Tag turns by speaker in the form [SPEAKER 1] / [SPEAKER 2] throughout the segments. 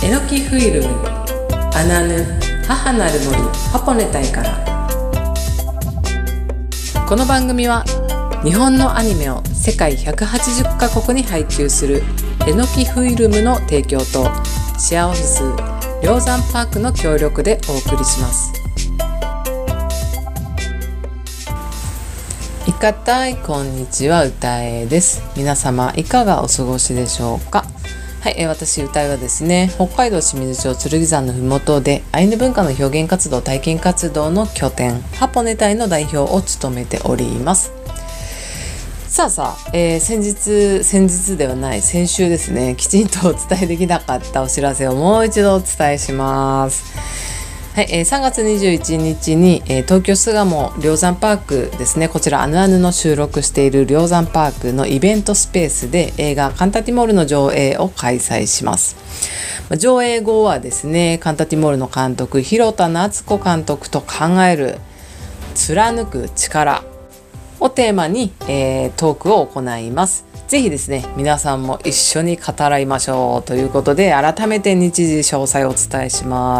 [SPEAKER 1] エノキフイルムアナヌ母なる森ハポネタイから。この番組は日本のアニメを世界180カ国に配給するエノキフイルムの提供とシェアオフィス梁山パークの協力でお送りします。いかたいこんにちは、歌えです。皆様いかがお過ごしでしょうか。はい、私歌えはですね、北海道清水町剣山のふもとでアイヌ文化の表現活動体験活動の拠点ハポネタイの代表を務めております。さあ、先日ではない先週ですね、きちんとお伝えできなかったお知らせをもう一度お伝えします。はい、3月21日に、東京巣鴨梁山パークですね、こちらアヌアヌの収録している梁山パークのイベントスペースで映画カンタティモールの上映を開催します。上映後はですね、カンタティモールの監督広田夏子監督と考える貫く力をテーマに、トークを行います。ぜひですね、皆さんも一緒に語らいましょうということで、改めて日時詳細をお伝えします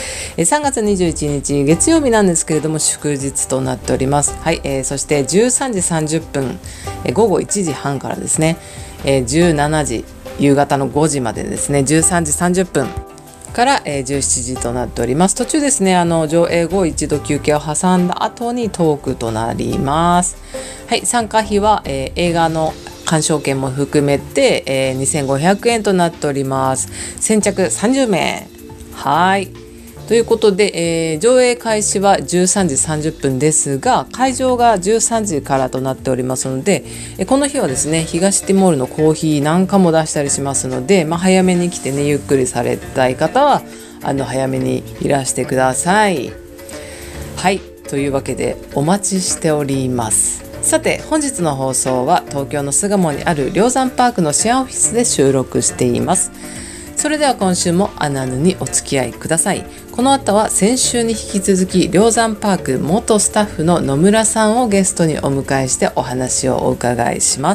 [SPEAKER 1] 。3月21日月曜日なんですけれども、祝日となっております。はい、そして13時30分、午後1時半からですね、17時夕方の5時までですね、13時30分から、17時となっております。途中ですね、上映後一度休憩を挟んだ後にトークとなります。はい、参加費は、映画の鑑賞券も含めて、2500円となっております。先着30名。はい。ということで、上映開始は13時30分ですが、会場が13時からとなっておりますので、この日はですね、東ティモールのコーヒーなんかも出したりしますので、早めに来てね、ゆっくりされたい方は早めにいらしてください。はい。というわけでお待ちしております。さて、本日の放送は東京の巣鴨にある梁山パークのシェアオフィスで収録しています。それでは今週もアナヌにお付き合いください。この後は先週に引き続き梁山パーク元スタッフの野村さんをゲストにお迎えしてお話をお伺いします。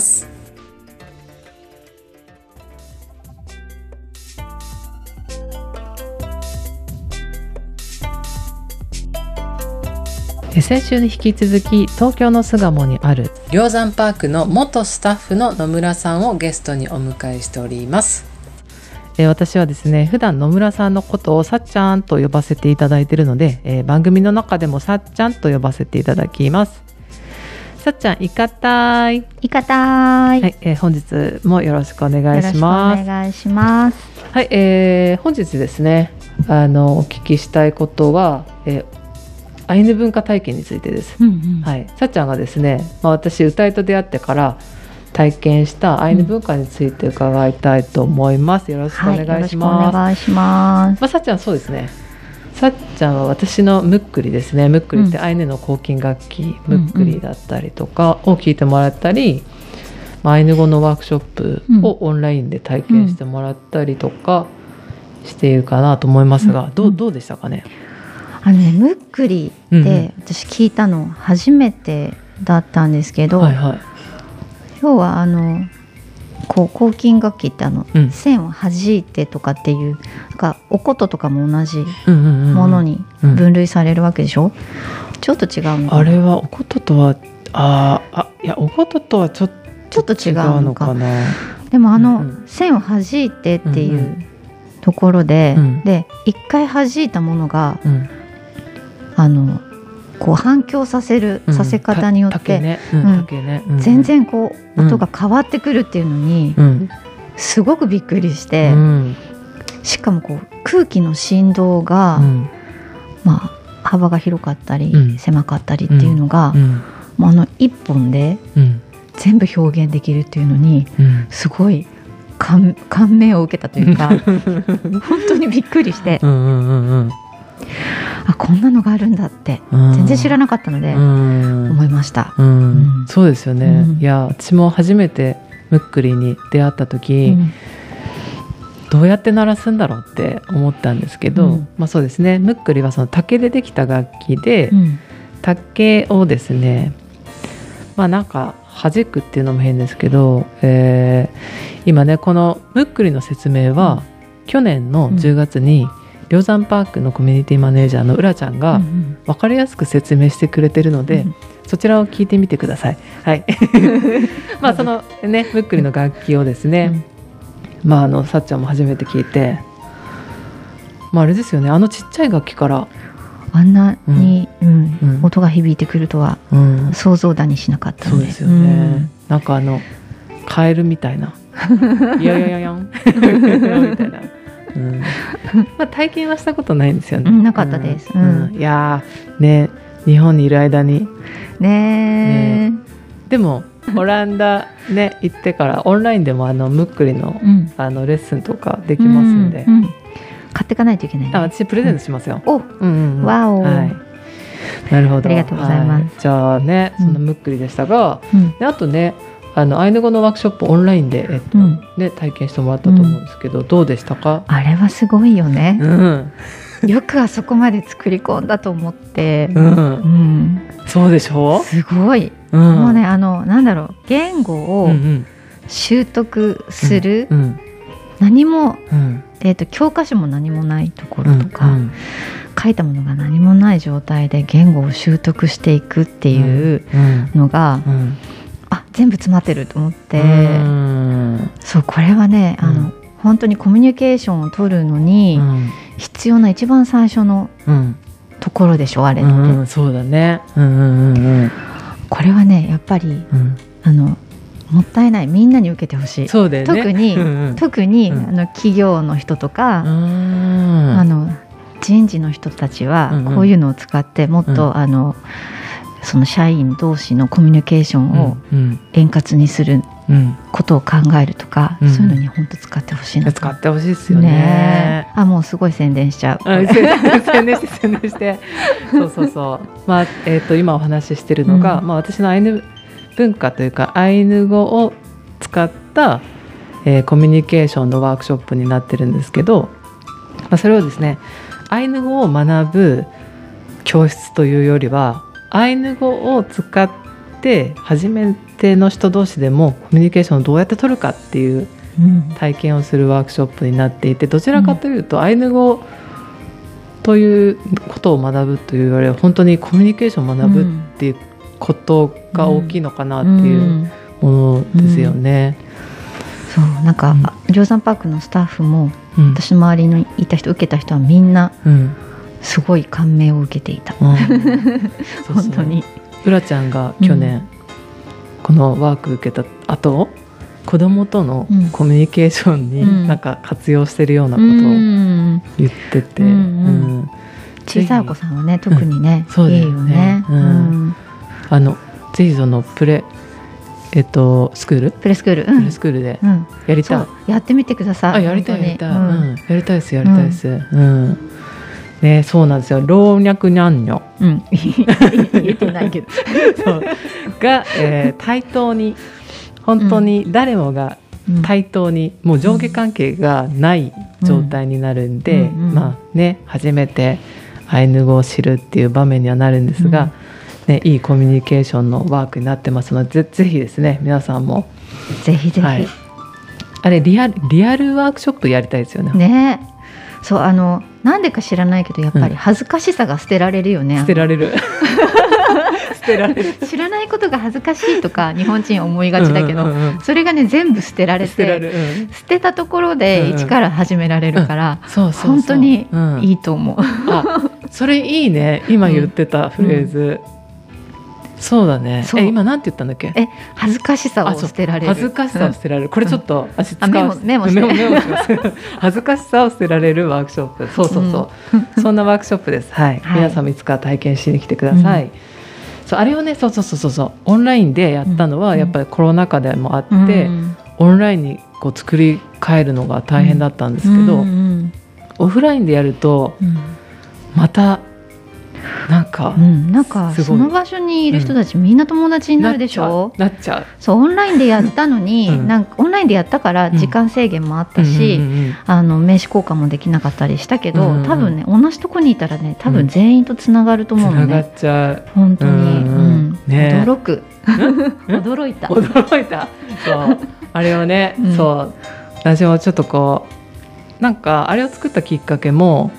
[SPEAKER 1] 先週に引き続き東京の巣鴨にある梁山パークの元スタッフの野村さんをゲストにお迎えしております。私はですね、普段野村さんのことをさっちゃんと呼ばせていただいているので、番組の中でもさっちゃんと呼ばせていただきます。さっちゃん、いかたい。
[SPEAKER 2] いかたい。
[SPEAKER 1] はい、本日もよろしくお願いします。
[SPEAKER 2] よろしくお願いします。
[SPEAKER 1] はい、本日ですね、お聞きしたいことは、アイヌ文化体験についてです。はい、さっちゃんがですね、私歌いと出会ってから体験したアイヌ文化について伺いたいと思います。よろしくお願いします。
[SPEAKER 2] はい、よろしくお願いします。
[SPEAKER 1] さっちゃん、そうですね、さっちゃんは私のムックリですね。ムックリってアイヌの古琴楽器、ムックリだったりとかを聞いてもらったり、アイヌ語のワークショップをオンラインで体験してもらったりとかしているかなと思いますが、どうでしたかね。
[SPEAKER 2] ムックリって私聞いたの初めてだったんですけど、要は古琴楽器って線を弾いてとかっていう、お琴とかも同じものに分類されるわけでしょ。ちょっと違うのかな。
[SPEAKER 1] あれはお琴とはいや、お琴とはちょっと違うのかな。
[SPEAKER 2] でも線を弾いてっていうところで、一回弾いたものがこう反響させ方によって全然こう音が変わってくるっていうのにすごくびっくりして、しかもこう空気の振動が幅が広かったり狭かったりっていうのが一本で全部表現できるっていうのにすごい感銘を受けたというか本当にびっくりして、こんなのがあるんだって全然知らなかったので思いました。
[SPEAKER 1] そうですよね。いや、私も初めてムックリに出会った時、どうやって鳴らすんだろうって思ったんですけど、そうですね、ムックリはその竹でできた楽器で、竹をですね、なんか弾くっていうのも変ですけど、今ねこのムックリの説明は去年の10月に、梁山パークのコミュニティマネージャーのうらちゃんが分かりやすく説明してくれてるので、そちらを聞いてみてください。はい。まあそのねむっくりの楽器をですね、まあさっちゃんも初めて聞いて、まああれですよね、ちっちゃい楽器から
[SPEAKER 2] あんなに、音が響いてくるとは想像だにしなかったので。
[SPEAKER 1] そうですよね。なんかカエルみたいな、ヨヨヨヨンみたいな。まあ体験はしたことないんですよね。
[SPEAKER 2] なかったです。
[SPEAKER 1] いやね、日本にいる間に
[SPEAKER 2] ね。
[SPEAKER 1] でもオランダね行ってからオンラインでもむっくりのレッスンとかできますんで、
[SPEAKER 2] 買っていかないといけない。
[SPEAKER 1] 私プレゼントしますよ。
[SPEAKER 2] わお。
[SPEAKER 1] なるほど。
[SPEAKER 2] ありがとうございます。
[SPEAKER 1] じゃあね、そのむっくりでしたが、あとね。アイヌ語のワークショップオンラインで、体験してもらったと思うんですけど、どうでしたか？
[SPEAKER 2] あれはすごいよね。よくあそこまで作り込んだと思って、
[SPEAKER 1] そうでしょう？
[SPEAKER 2] すごい。もうね、なんだろう、言語を習得する、何も、教科書も何もないところとか、書いたものが何もない状態で言語を習得していくっていうのが、全部詰まってると思って、そうこれはね、本当にコミュニケーションを取るのに必要な一番最初のところでしょ、あれって。
[SPEAKER 1] そうだね。
[SPEAKER 2] これはねやっぱり、もったいない、みんなに受けてほしい。
[SPEAKER 1] そうだよ
[SPEAKER 2] ね。特に企業の人とか、人事の人たちはこういうのを使ってもっとその社員同士のコミュニケーションを円滑にすることを考えるとか、そういうのに本当使ってほしいな。
[SPEAKER 1] 使ってほしいですよね。
[SPEAKER 2] もうすごい宣伝しちゃう。
[SPEAKER 1] 宣伝して。そう。まあ今お話ししてるのが、私のアイヌ文化というかアイヌ語を使った、コミュニケーションのワークショップになってるんですけど、それをですね、アイヌ語を学ぶ教室というよりは、アイヌ語を使って初めての人同士でもコミュニケーションをどうやって取るかっていう体験をするワークショップになっていて、どちらかというとアイヌ語ということを学ぶというよりは本当にコミュニケーションを学ぶっていうことが大きいのかなっていうものですよね。
[SPEAKER 2] そうなんか、梁山パークのスタッフも、私の周りにいた人、受けた人はみんな、すごい感銘を受けていた。本当に。
[SPEAKER 1] うらちゃんが去年、このワーク受けた後、子供とのコミュニケーションになんか活用してるようなことを言ってて、
[SPEAKER 2] 小さいお子さんはね特にね、いいよね。
[SPEAKER 1] ぜひそのプレスクールでやりたい。
[SPEAKER 2] やってみてください。
[SPEAKER 1] やりたいです。ね、そうなんですよ。老若男女、
[SPEAKER 2] 言ってないけど
[SPEAKER 1] が、対等に、本当に誰もが対等に、もう上下関係がない状態になるんで、初めてアイヌ語を知るっていう場面にはなるんですが、いいコミュニケーションのワークになってますので、ぜひですね、皆さんも
[SPEAKER 2] ぜひ。
[SPEAKER 1] あれリアルワークショップやりたいですよね。
[SPEAKER 2] ね、そうなんでか知らないけどやっぱり恥ずかしさが捨てられるよね。
[SPEAKER 1] 捨てられる
[SPEAKER 2] 知らないことが恥ずかしいとか日本人思いがちだけど、それがね全部捨てられて、捨てたところで一から始められるから、本当にいいと思う。
[SPEAKER 1] それいいね、今言ってたフレーズ。そうだね。今なんて言ったんだっけ？
[SPEAKER 2] 恥ずかしさを捨てられる。
[SPEAKER 1] 恥ずかしさを捨てられる。これちょっと
[SPEAKER 2] メモし
[SPEAKER 1] ます。恥ずかしさを捨てられるワークショップ。そう。そんなワークショップです。はい。皆さんもいつか体験しに来てください。あれをね、そうオンラインでやったのはやっぱりコロナ禍でもあって、オンラインにこう作り変えるのが大変だったんですけど、オフラインでやるとまたなんか
[SPEAKER 2] その場所にいる人たちみんな友達になるでしょ。
[SPEAKER 1] なっちゃう。
[SPEAKER 2] そうオンラインでやったのに、オンラインでやったから時間制限もあったし、名刺交換もできなかったりしたけど、多分ね同じとこにいたらね多分全員とつながると思うのね。
[SPEAKER 1] つながっちゃう。
[SPEAKER 2] 本当に、驚く。驚いた。そう
[SPEAKER 1] あれをね、そう私もちょっとこうなんかあれを作ったきっかけも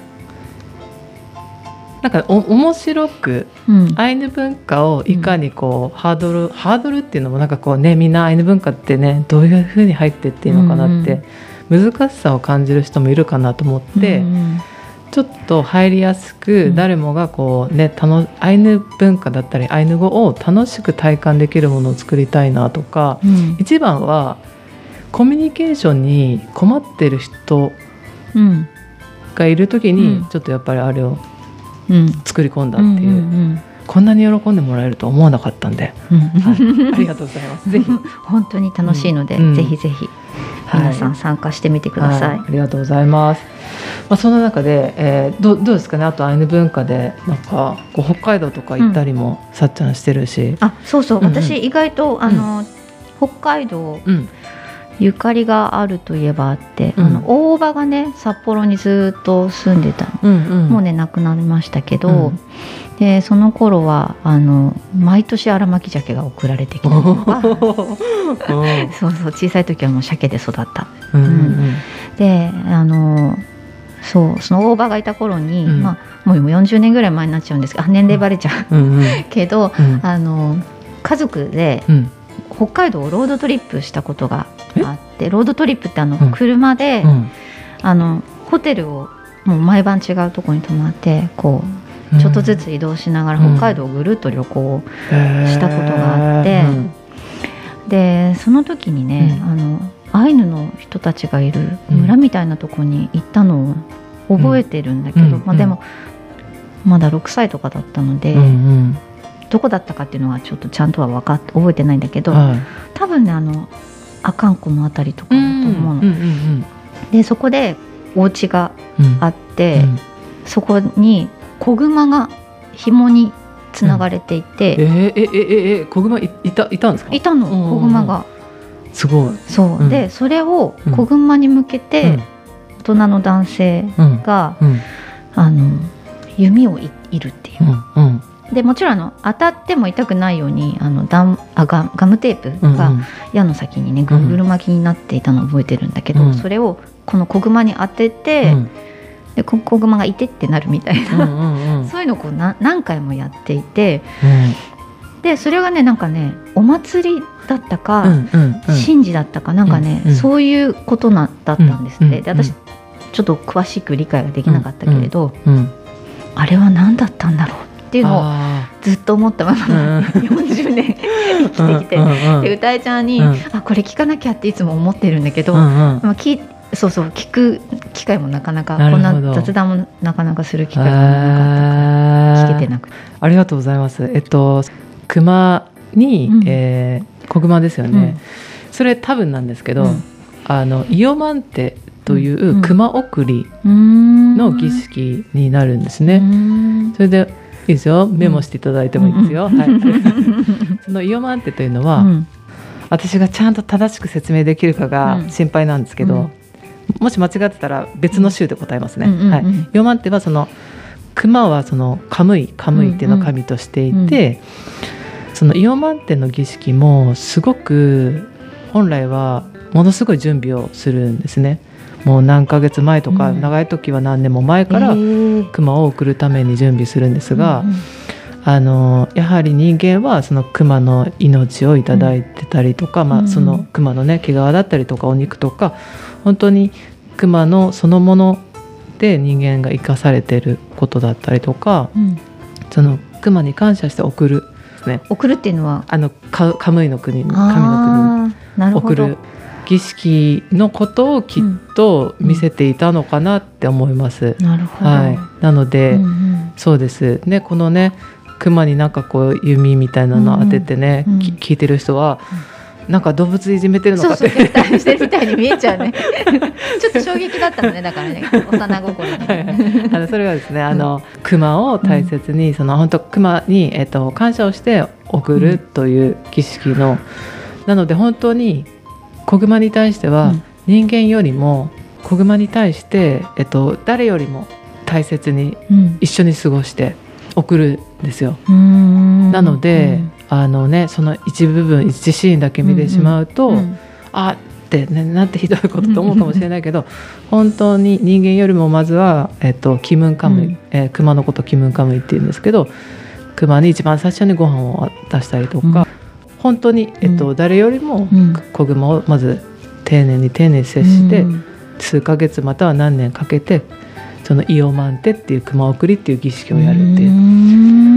[SPEAKER 1] なんか面白く、アイヌ文化をいかにこう、ハードルっていうのもなんかこうね、みんなアイヌ文化ってねどういう風に入ってっていいのかなって、難しさを感じる人もいるかなと思って、ちょっと入りやすく、誰もがこうねアイヌ文化だったりアイヌ語を楽しく体感できるものを作りたいなとか、一番はコミュニケーションに困ってる人がいる時に、ちょっとやっぱりあれを作り込んだっていう、こんなに喜んでもらえると思わなかったんで、ありがとうございます。ぜひ
[SPEAKER 2] 本当に楽しいので、ぜひぜひ皆さん参加してみてください。
[SPEAKER 1] ありがとうございます。その中で、どうですかね、あとアイヌ文化でなんかこう北海道とか行ったりも、さっちゃんしてるし。
[SPEAKER 2] そうそう、私意外と北海道、ゆかりがあるといえばあって、大伯がね札幌にずっと住んでた、もうね亡くなりましたけど、でその頃は毎年荒巻鮭が送られてきたりとかそうそう、小さい時はもう鮭で育った、でそう、その大伯がいた頃に、もう40年ぐらい前になっちゃうんですけど、年齢バレちゃうけど、家族で、北海道をロードトリップしたことがあって、ロードトリップって車で、ホテルをもう毎晩違うところに泊まってこうちょっとずつ移動しながら北海道をぐるっと旅行したことがあって、でその時にね、アイヌの人たちがいる村みたいなところに行ったのを覚えてるんだけど、でもまだ6歳とかだったので、どこだったかっていうのはちょっとちゃんとは覚えてないんだけど、多分ね阿寒湖のあたりとかだと思うの、でそこでお家があって、そこに子熊が紐につながれていて、
[SPEAKER 1] 子熊いたんですか？
[SPEAKER 2] いたの、子熊が。
[SPEAKER 1] すごい。
[SPEAKER 2] そう、でそれを子熊に向けて、大人の男性が、弓を射るっていう、でもちろん当たっても痛くないようにガムテープが矢の先にねぐるぐる巻きになっていたのを覚えてるんだけど、それをこの子熊に当てて、で子熊がいてってなるみたいな、そういうのをこう何回もやっていて、でそれがねなんかねお祭りだったか、神事だったかなんかね、そういうことだったんですって。で私ちょっと詳しく理解ができなかったけれど、あれは何だったんだろうっていうのをずっと思ったまま40年生きてきて、で歌えちゃんに、これ聞かなきゃっていつも思ってるんだけど、そうそう聞く機会もなかなか、こんな雑談もなかなかする機会がなかったから聞けてなくて。
[SPEAKER 1] ありがとうございます。熊に、子熊ですよね、それ多分なんですけど、イオマンテという熊送りの儀式になるんですね。それでいいですよ、メモしていただいてもいいですよ、そのイオマンテというのは、私がちゃんと正しく説明できるかが心配なんですけど、もし間違ってたら別の州で答えますね。イオマンテはその熊はそのカムイっていうのを神としていて、そのイオマンテの儀式もすごく本来はものすごい準備をするんですね。もう何ヶ月前とか、長い時は何年も前から熊を送るために準備するんですが、やはり人間はその熊の命をいただいてたりとか、その熊のね毛皮だったりとかお肉とか、本当に熊のそのもので人間が生かされていることだったりとか、その熊に感謝して送るですね。
[SPEAKER 2] 送るっていうのは
[SPEAKER 1] カムイの国に神の国に送る儀式のことをきっと見せていたのかなって思います。
[SPEAKER 2] なるほど。
[SPEAKER 1] なので、そうですね、このね熊になんかこう弓みたいなのを当ててね、聞いてる人は、なんか動物いじめてるのかって、
[SPEAKER 2] そうそうしてるみたいに見えちゃうねちょっと衝撃だったのね、だからね幼心に
[SPEAKER 1] それはですね、熊を大切に、その本当熊に、感謝をして送るという儀式の、なので本当に子熊に対しては、人間よりも子熊に対して、誰よりも大切に一緒に過ごして送るんですよ。なので、その一部分一シーンだけ見てしまうと、 てひどいことと思うかもしれないけど本当に人間よりもまずは、キムンカムイ、熊のことキムンカムイって言うんですけど、熊に一番最初にご飯を渡したりとか、本当に、誰よりも子熊をまず丁寧に接して、数ヶ月または何年かけてそのイオマンテっていう熊送りっていう儀式をやるっていう、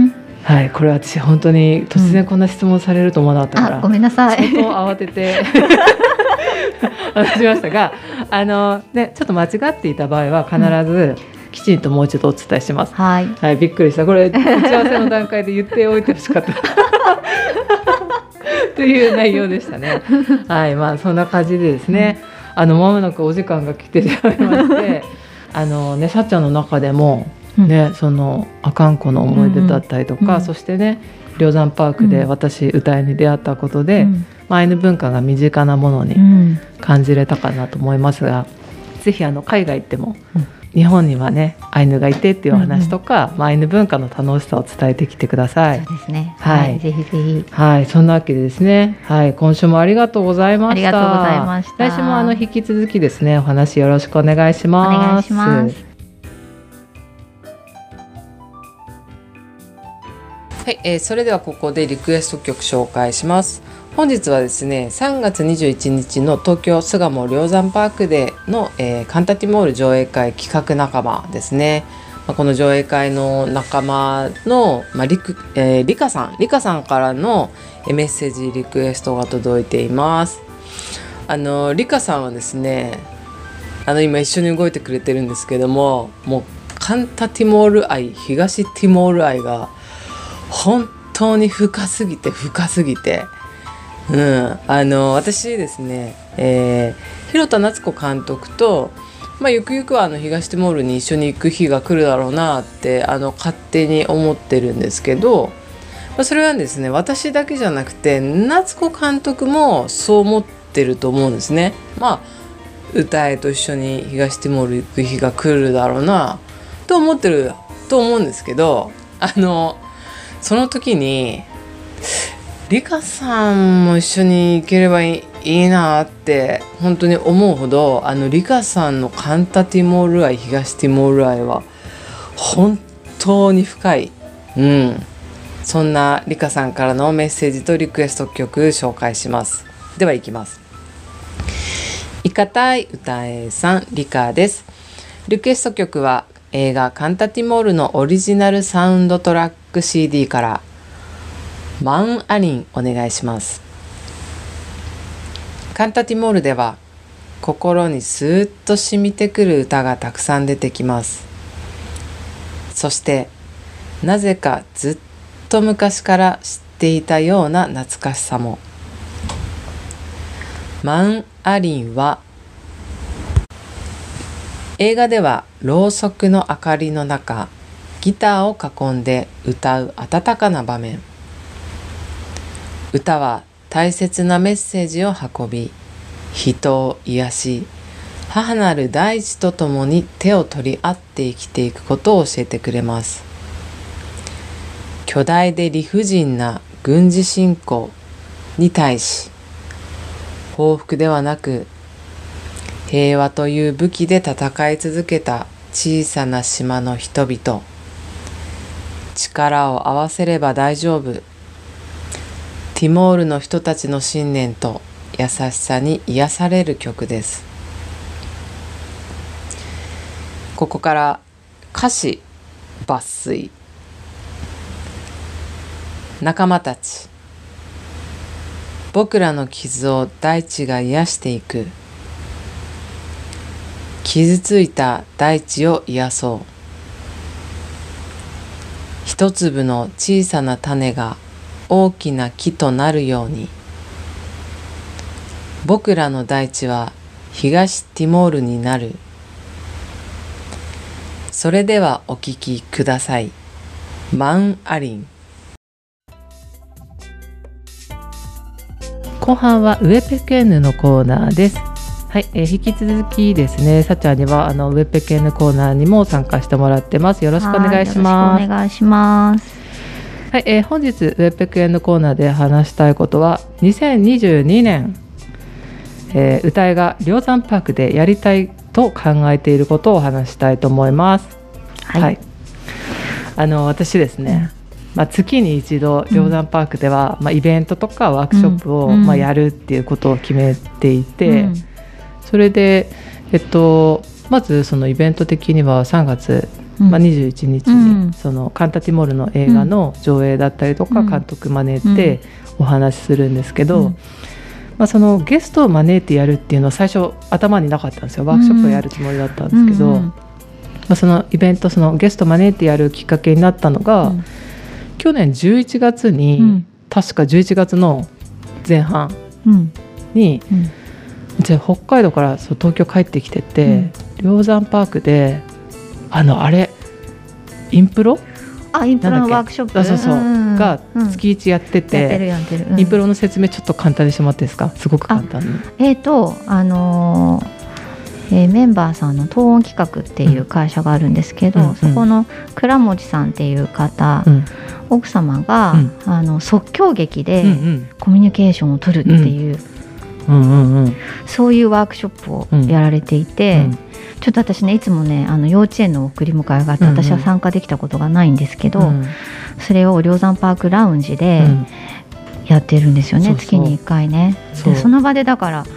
[SPEAKER 1] はい、これ私本当に突然こんな質問されると思わなかったから、
[SPEAKER 2] ごめんなさい、
[SPEAKER 1] 相当慌てて話しましたが、ね、ちょっと間違っていた場合は必ずきちんともう一度お伝えします。はい、びっくりした。これ打ち合わせの段階で言っておいてほしかったという内容でしたね。はい、そんな感じでですね、間もなくお時間が来てしまいましてね、さっちゃんの中でも、ね、その阿寒湖の思い出だったりとか、そしてね梁山パークで私歌いに出会ったことで、アイヌ文化が身近なものに感じれたかなと思いますが、ぜひ海外行っても、日本にはねアイヌがいてっていう話とか、アイヌ文化の楽しさを伝えてきてください。
[SPEAKER 2] そうですね、はい、ぜひぜひ。
[SPEAKER 1] はい、そんなわけでですね、はい、今週もありがとうございました。ありがとうございました。来週も引き続きですねお話よろしくお願いします。お願いします。はい、それではここでリクエスト曲紹介します。本日はですね3月21日の東京巣鴨梁山パークでの、カンタティモール上映会企画仲間ですね。この上映会の仲間の、リカさんからのメッセージリクエストが届いています。リカさんはですね今一緒に動いてくれてるんですけども、もうカンタティモール愛、東ティモール愛が本当に深すぎて、私ですね、広田夏子監督と、ゆくゆくは東ティモールに一緒に行く日が来るだろうなって勝手に思ってるんですけど、それはですね私だけじゃなくて夏子監督もそう思ってると思うんですね。歌えと一緒に東ティモール行く日が来るだろうなと思ってると思うんですけど、その時にリカさんも一緒に行ければいいなって本当に思うほど、リカさんのカンタティモール愛、東ティモール愛は本当に深い、そんなリカさんからのメッセージとリクエスト曲紹介します。では行きます。いかたい歌えさん、リカです。リクエスト曲は映画カンタティモールのオリジナルサウンドトラック CD からマンアリンお願いします。カンタティモールでは心にスーッと染みてくる歌がたくさん出てきます。そしてなぜかずっと昔から知っていたような懐かしさも。マンアリンは映画ではろうそくの明かりの中、ギターを囲んで歌う温かな場面。歌は大切なメッセージを運び、人を癒し、母なる大地と共に手を取り合って生きていくことを教えてくれます。巨大で理不尽な軍事侵攻に対し、報復ではなく平和という武器で戦い続けた小さな島の人々。力を合わせれば大丈夫。ティモールの人たちの信念と優しさに癒される曲です。ここから歌詞抜粋。仲間たち。僕らの傷を大地が癒していく。傷ついた大地を癒そう。一粒の小さな種が大きな木となるように、僕らの大地は東ティモールになる。それではお聞きください。マンアリン。後半はウエペケンヌのコーナーです。はい、引き続きですね、さちゃんにはウエペケンヌコーナーにも参加してもらってます。よろしくお願いします。
[SPEAKER 2] よろしくお願いします。
[SPEAKER 1] はい、本日ウエペケンヌコーナーで話したいことは2022年、
[SPEAKER 3] 歌いが梁山パークでやりたいと考えていることをお話したいと思います。
[SPEAKER 2] はい、
[SPEAKER 3] はい、私ですね、月に一度梁山パークでは、イベントとかワークショップを、やるっていうことを決めていて、それで、まずそのイベント的には3月、21日にそのカンタティモールの映画の上映だったりとか、監督招いてお話しするんですけど、そのゲストを招いてやるっていうのは最初頭になかったんですよ。ワークショップをやるつもりだったんですけど、そのイベント、そのゲストを招いてやるきっかけになったのが、去年11月に、確か11月の前半に、北海道から東京帰ってきてて、梁山パークであれインプロ
[SPEAKER 2] のワークショップ
[SPEAKER 3] が月1やってて、インプロの説明ちょっと簡単にしてもらっていいですか？すごく簡単に。
[SPEAKER 2] メンバーさんの東音企画っていう会社があるんですけど、そこの倉持さんっていう方、奥様が、即興劇でコミュニケーションを取るっていう、そういうワークショップをやられていて、ちょっと私ね、いつもね、幼稚園の送り迎えがあって、私は参加できたことがないんですけど、それを梁山パークラウンジでやってるんですよね、月に1回ね。でその場でだから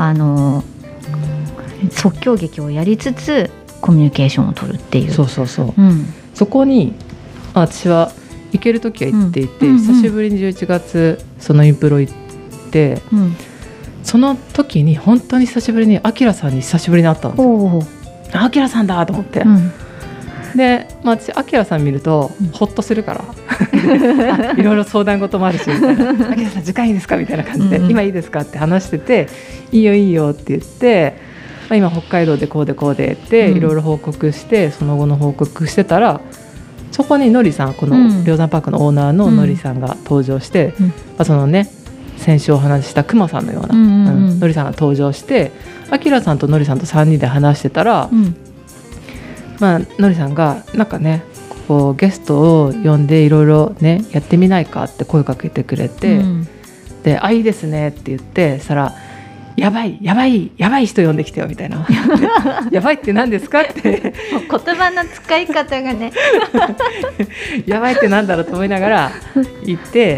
[SPEAKER 2] 即興劇をやりつつコミュニケーションを取るっていう。
[SPEAKER 3] そこに私は行ける時は行っていて、久しぶりに11月そのインプロ行って、その時に本当に久しぶりにアキラさんに久しぶりに会ったんですよ。アキラさんだと思って、で、私アキラさん見るとホッとするからいろいろ相談事もあるしみたいなアキラさん時間いいですかみたいな感じで、今いいですかって話してて、いいよいいよって言って、今北海道でこうでこうでっていろいろ報告して、その後の報告してたら、そこにのりさん、この梁山パークのオーナーののりさんが登場して、そのね、先週お話ししたくまさんのようなのりさんが登場して、あきらさんとのりさんと3人で話してたら、のりさんがなんかね、こうゲストを呼んでいろいろねやってみないかって声かけてくれて、で、いいですねって言って、そしたらやばい人呼んできてよみたいなやばいって何ですかって
[SPEAKER 2] 言葉の使い方がね
[SPEAKER 3] やばいってなんだろうと思いながら言って、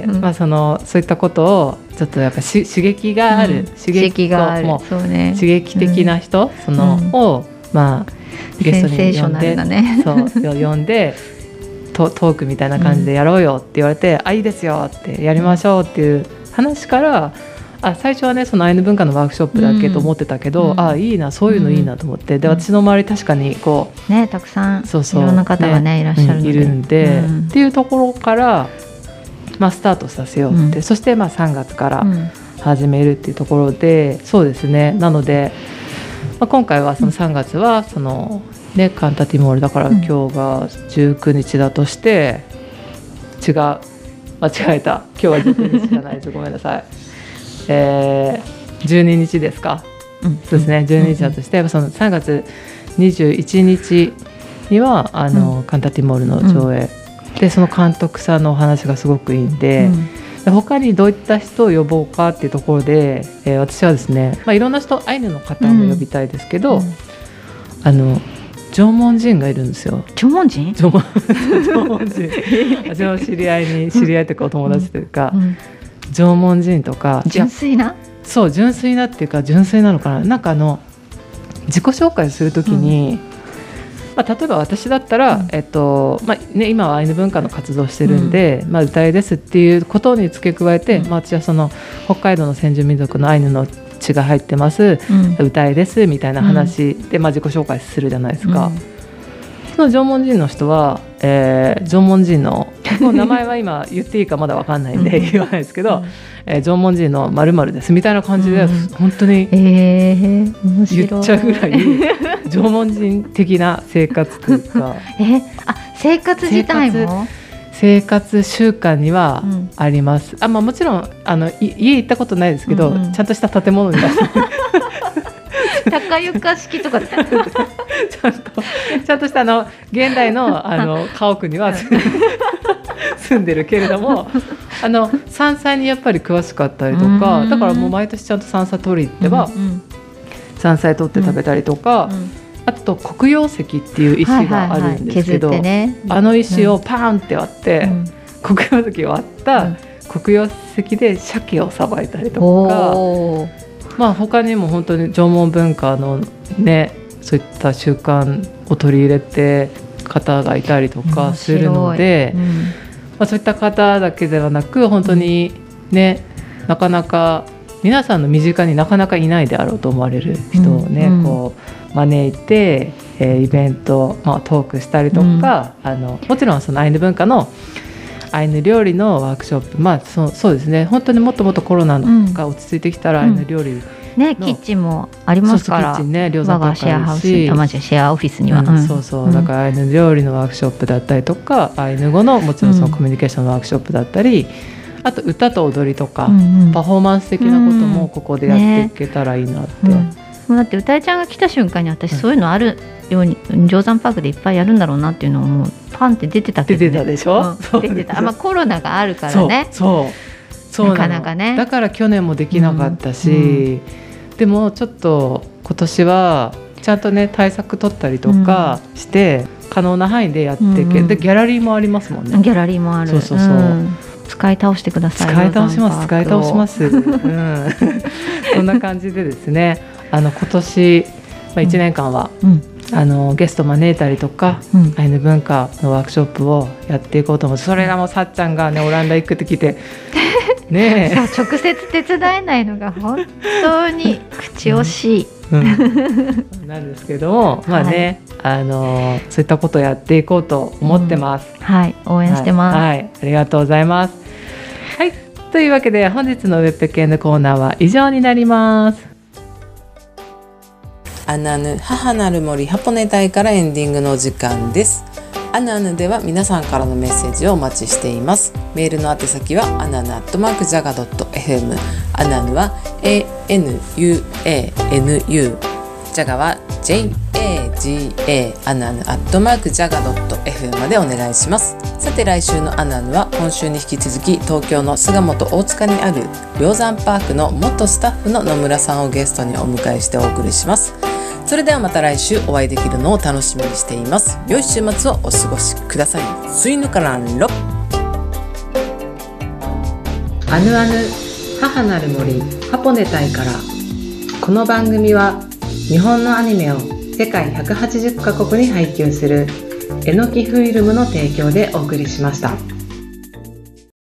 [SPEAKER 3] そういったことをちょっとやっぱ刺激がある、刺激的な人、そのをゲストに呼んで、呼んでトークみたいな感じでやろうよって言われて、いいですよってやりましょうっていう話から、最初はね、そのアイヌ文化のワークショップだけと思ってたけど、いいな、そういうのいいなと思って、で、私の周り確かにこう
[SPEAKER 2] ね、たくさんいろんな方がねいらっしゃるので、
[SPEAKER 3] いるんで、っていうところから、スタートさせようって、そして3月から始めるっていうところで、そうですね。なので、今回はその3月はそのね、カンタティモールだから、今日が19日だとして、間違えた、今日は19日じゃないです。ごめんなさい。12日ですか、そうですね、12日だとして、その3月21日にはカンタティモールの上映、でその監督さんのお話がすごくいいんで、他にどういった人を呼ぼうかっていうところで、私はですね、いろんな人、アイヌの方も呼びたいですけど、縄文人がいるんですよ。
[SPEAKER 2] 縄文人
[SPEAKER 3] 私の知り合いというかお友達というか、縄文人とか
[SPEAKER 2] 純粋な
[SPEAKER 3] っていうか、純粋なのかな、なんか自己紹介するときに、例えば私だったら、今はアイヌ文化の活動してるんで、歌いですっていうことに付け加えて、私はその北海道の先住民族のアイヌの血が入ってます、歌いですみたいな話で、自己紹介するじゃないですか。その縄文人の人は、縄文人のもう名前は今言っていいかまだ分かんないんで言わないですけど、縄文人の〇〇ですみたいな感じで、本当に言っちゃうぐらい縄文人的な生活というか
[SPEAKER 2] 生活自体も
[SPEAKER 3] 生活習慣にはあります。もちろん家行ったことないですけど、ちゃんとした建物に
[SPEAKER 2] 高床式とかち
[SPEAKER 3] ゃんとした現代の家屋には住住んでるけれども山菜にやっぱり詳しかったりとか、だからもう毎年ちゃんと山菜取り行っては、山菜取って食べたりとか、あと黒曜石っていう石があるんですけど、あの石をパーンって割って、黒曜石を割った黒曜石で鮭をさばいたりとか、他にも本当に縄文文化のね、そういった習慣を取り入れて方がいたりとかするので、そういった方だけではなく本当にね、なかなか皆さんの身近になかなかいないであろうと思われる人をね、こう招いて、イベント、トークしたりとか、もちろんそのアイヌ文化のアイヌ料理のワークショップ、そうですね、本当にもっともっとコロナが落ち着いてきたら、アイヌ料理
[SPEAKER 2] ね、キッチンもありますから、
[SPEAKER 3] キッチンね、量産
[SPEAKER 2] 我がシェアハウス、玉地シェアオフィスには、
[SPEAKER 3] だからアイヌ料理のワークショップだったりとか、アイヌ語のもちろんそのコミュニケーションのワークショップだったり、あと歌と踊りとか、パフォーマンス的なこともここでやっていけたらいいなって、
[SPEAKER 2] だって歌いちゃんが来た瞬間に私そういうのあるように定山パークでいっぱいやるんだろうなっていうのをもうパンって出てたけど、
[SPEAKER 3] 出てたでしょ、
[SPEAKER 2] 出てた。コロナがあるからね、
[SPEAKER 3] そう
[SPEAKER 2] なかなかね、
[SPEAKER 3] だから去年もできなかったし、でもちょっと今年はちゃんとね対策取ったりとかして、可能な範囲でやっていけ、でギャラリーもありますもんね。
[SPEAKER 2] ギャラリーもある。使い倒してください。
[SPEAKER 3] 使い倒します、そんな感じでですね、今年、1年間は、ゲスト招いたりとか、アイヌ文化のワークショップをやっていこうと思う。それがもうさっちゃんがねオランダ行くって聞いてねえ
[SPEAKER 2] 直接手伝えないのが本当に口惜しい、
[SPEAKER 3] なんですけども、ね、そういったことをやっていこうと思ってます、
[SPEAKER 2] 応援してます、
[SPEAKER 3] ありがとうございます。というわけで本日のウェブペケンのコーナーは以上になります。
[SPEAKER 1] アナヌ母なる森ハポネ隊からエンディングのお時間です。アナヌでは皆さんからのメッセージをお待ちしています。メールの宛先はananu@jaga.fm、 アナヌは ANUANU、 ジャガは JAGA、 アナヌ@jaga.fm までお願いします。さて来週のアナヌは今週に引き続き東京の巣鴨大塚にある梁山パークの元スタッフの野村さんをゲストにお迎えしてお送りします。それではまた来週お会いできるのを楽しみにしています。良い週末をお過ごしください。スイヌカランロ
[SPEAKER 3] アヌアヌ母なる森ハポネ隊から。この番組は日本のアニメを世界180カ国に配給するえのきフィルムの提供でお送りしました。